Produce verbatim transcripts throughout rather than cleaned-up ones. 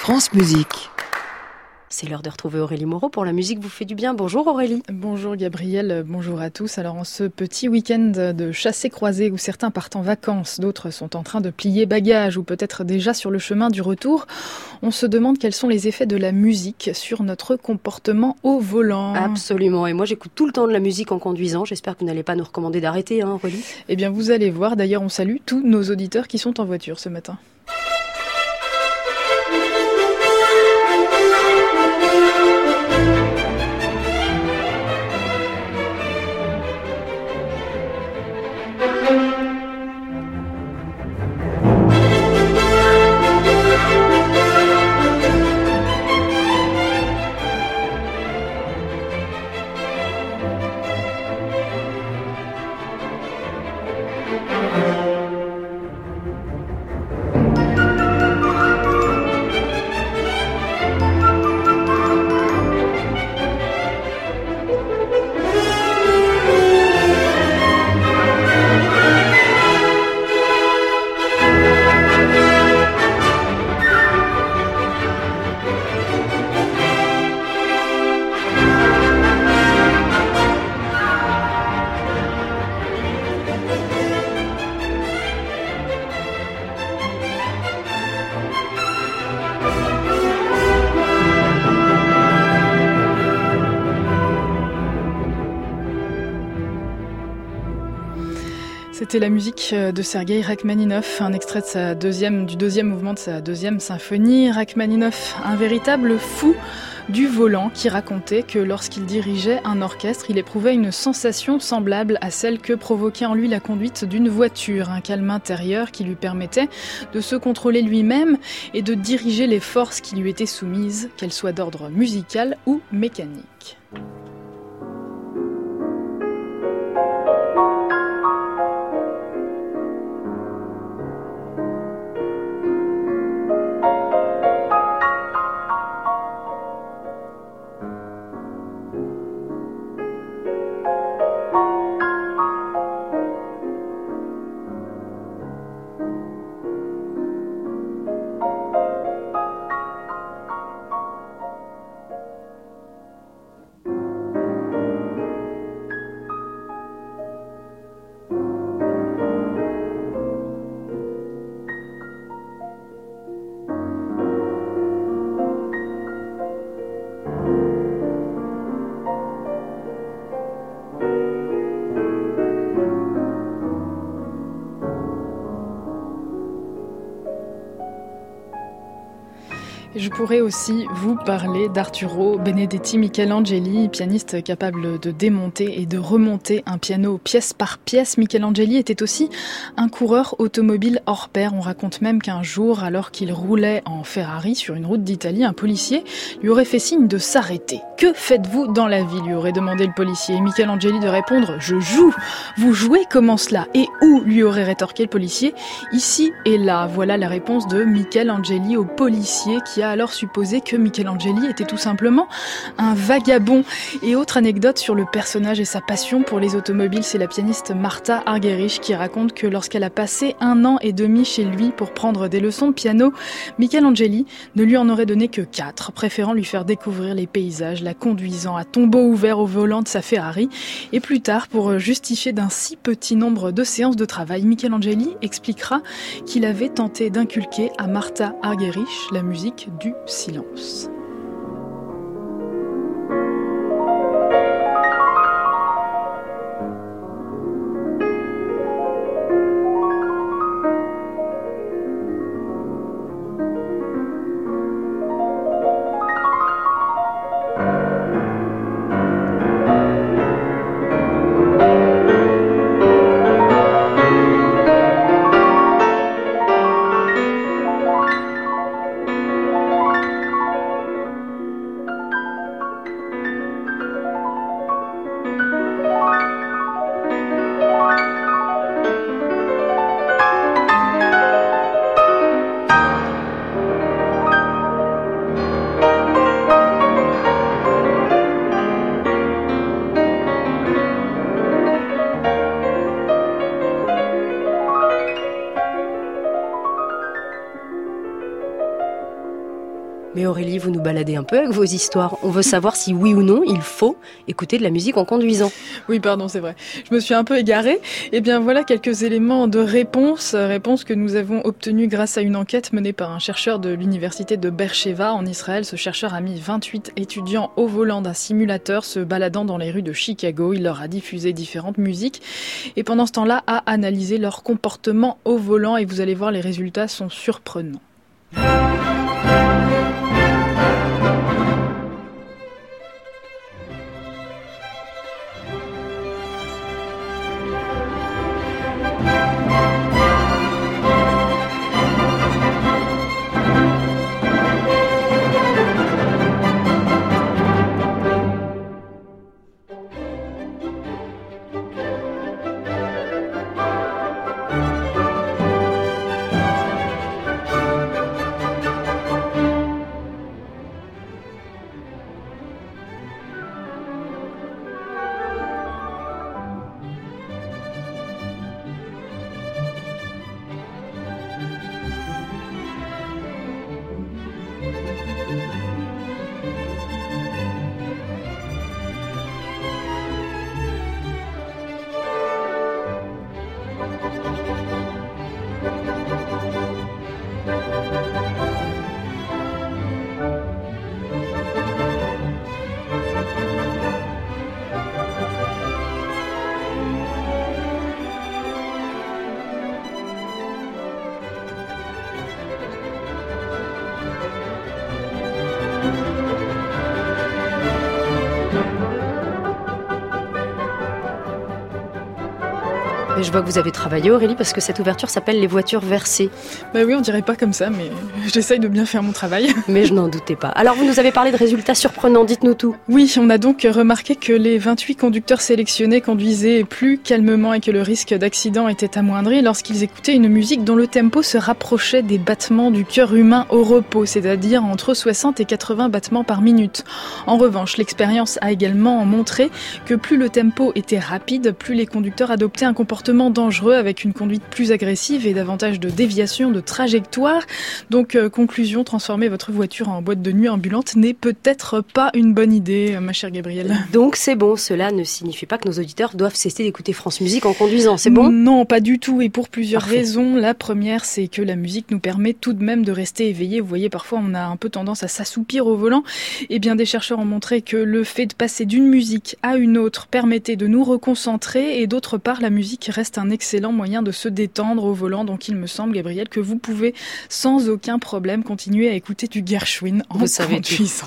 France Musique. C'est l'heure de retrouver Aurélie Moreau pour La musique vous fait du bien. Bonjour Aurélie. Bonjour Gabriel, bonjour à tous. Alors en ce petit week-end de chassé-croisé où certains partent en vacances, d'autres sont en train de plier bagages ou peut-être déjà sur le chemin du retour, on se demande quels sont les effets de la musique sur notre comportement au volant. Absolument, et moi j'écoute tout le temps de la musique en conduisant. J'espère que vous n'allez pas nous recommander d'arrêter, hein Aurélie. Eh bien vous allez voir, d'ailleurs on salue tous nos auditeurs qui sont en voiture ce matin. C'était la musique de Sergueï Rachmaninov, un extrait de sa deuxième, du deuxième mouvement de sa deuxième symphonie. Rachmaninov, un véritable fou du volant qui racontait que lorsqu'il dirigeait un orchestre, il éprouvait une sensation semblable à celle que provoquait en lui la conduite d'une voiture, un calme intérieur qui lui permettait de se contrôler lui-même et de diriger les forces qui lui étaient soumises, qu'elles soient d'ordre musical ou mécanique. Je pourrais aussi vous parler d'Arturo Benedetti Michelangeli, pianiste capable de démonter et de remonter un piano pièce par pièce. Michelangeli était aussi un coureur automobile hors pair. On raconte même qu'un jour, alors qu'il roulait en Ferrari sur une route d'Italie, un policier lui aurait fait signe de s'arrêter. « Que faites-vous dans la vie ?» lui aurait demandé le policier. Et Michelangeli de répondre « Je joue !»« Vous jouez comment cela ? Et où ?» lui aurait rétorqué le policier. « Ici et là ». Voilà la réponse de Michelangeli au policier qui a alors supposé que Michelangeli était tout simplement un vagabond. Et autre anecdote sur le personnage et sa passion pour les automobiles, c'est la pianiste Martha Argerich qui raconte que lorsqu'elle a passé un an et demi chez lui pour prendre des leçons de piano, Michelangeli ne lui en aurait donné que quatre, préférant lui faire découvrir les paysages, la conduisant à tombeau ouvert au volant de sa Ferrari. Et plus tard, pour justifier d'un si petit nombre de séances de travail, Michelangeli expliquera qu'il avait tenté d'inculquer à Martha Argerich la musique du silence. Mais Aurélie, vous nous baladez un peu avec vos histoires. On veut savoir si oui ou non il faut écouter de la musique en conduisant. Oui, pardon, c'est vrai. Je me suis un peu égarée. Eh bien, voilà quelques éléments de réponse. Réponse que nous avons obtenue grâce à une enquête menée par un chercheur de l'université de Beersheva en Israël. Ce chercheur a mis vingt-huit étudiants au volant d'un simulateur se baladant dans les rues de Chicago. Il leur a diffusé différentes musiques et pendant ce temps-là a analysé leur comportement au volant et vous allez voir, les résultats sont surprenants. Mais je vois que vous avez travaillé, Aurélie, parce que cette ouverture s'appelle Les voitures versées. Bah oui, on dirait pas comme ça, mais j'essaye de bien faire mon travail. Mais je n'en doutais pas. Alors, vous nous avez parlé de résultats surprenants, dites-nous tout. Oui, on a donc remarqué que les vingt-huit conducteurs sélectionnés conduisaient plus calmement et que le risque d'accident était amoindri lorsqu'ils écoutaient une musique dont le tempo se rapprochait des battements du cœur humain au repos, c'est-à-dire entre soixante et quatre-vingts battements par minute. En revanche, l'expérience a également montré que plus le tempo était rapide, plus les conducteurs adoptaient un comportement dangereux avec une conduite plus agressive et davantage de déviation de trajectoire. Donc, euh, conclusion, transformer votre voiture en boîte de nuit ambulante n'est peut-être pas une bonne idée, ma chère Gabrielle. Donc c'est bon, cela ne signifie pas que nos auditeurs doivent cesser d'écouter France Musique en conduisant, c'est bon ? Non, pas du tout, et pour plusieurs Parfait. raisons. La première, c'est que la musique nous permet tout de même de rester éveillés. Vous voyez, parfois on a un peu tendance à s'assoupir au volant. Et bien, des chercheurs ont montré que le fait de passer d'une musique à une autre permettait de nous reconcentrer, et d'autre part, la musique reste un excellent moyen de se détendre au volant. Donc il me semble, Gabrielle, que vous pouvez sans aucun problème continuer à écouter du Gershwin en Vous savez conduisant.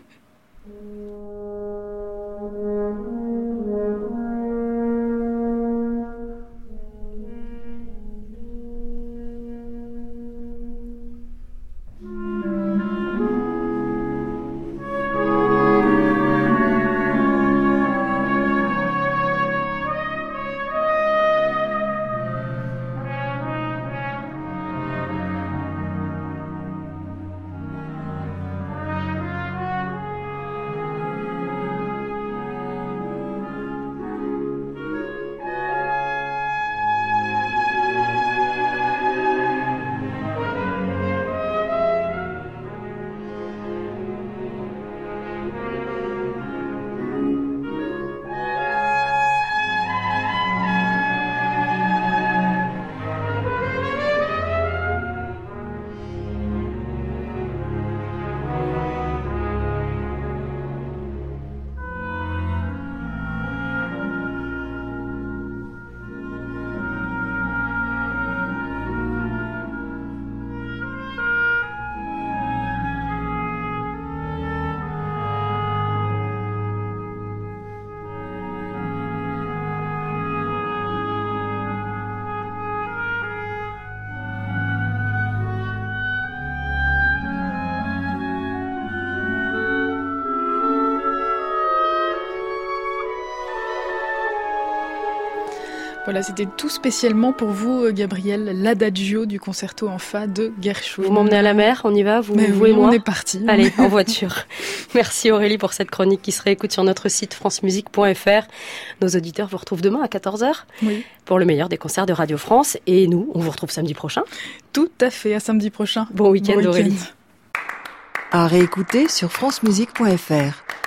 Voilà, c'était tout spécialement pour vous, Gabrielle, l'adagio du concerto en fa de Gershwin. Vous m'emmenez à la mer, on y va, vous, Mais vous oui, et moi. On est parti. Allez, en voiture. Merci Aurélie pour cette chronique qui se réécoute sur notre site france musique point f r. Nos auditeurs vous retrouvent demain à quatorze heures oui. pour le meilleur des concerts de Radio France. Et nous, on vous retrouve samedi prochain. Tout à fait, à samedi prochain. Bon week-end, bon week-end. Aurélie. À réécouter sur francemusique point f r.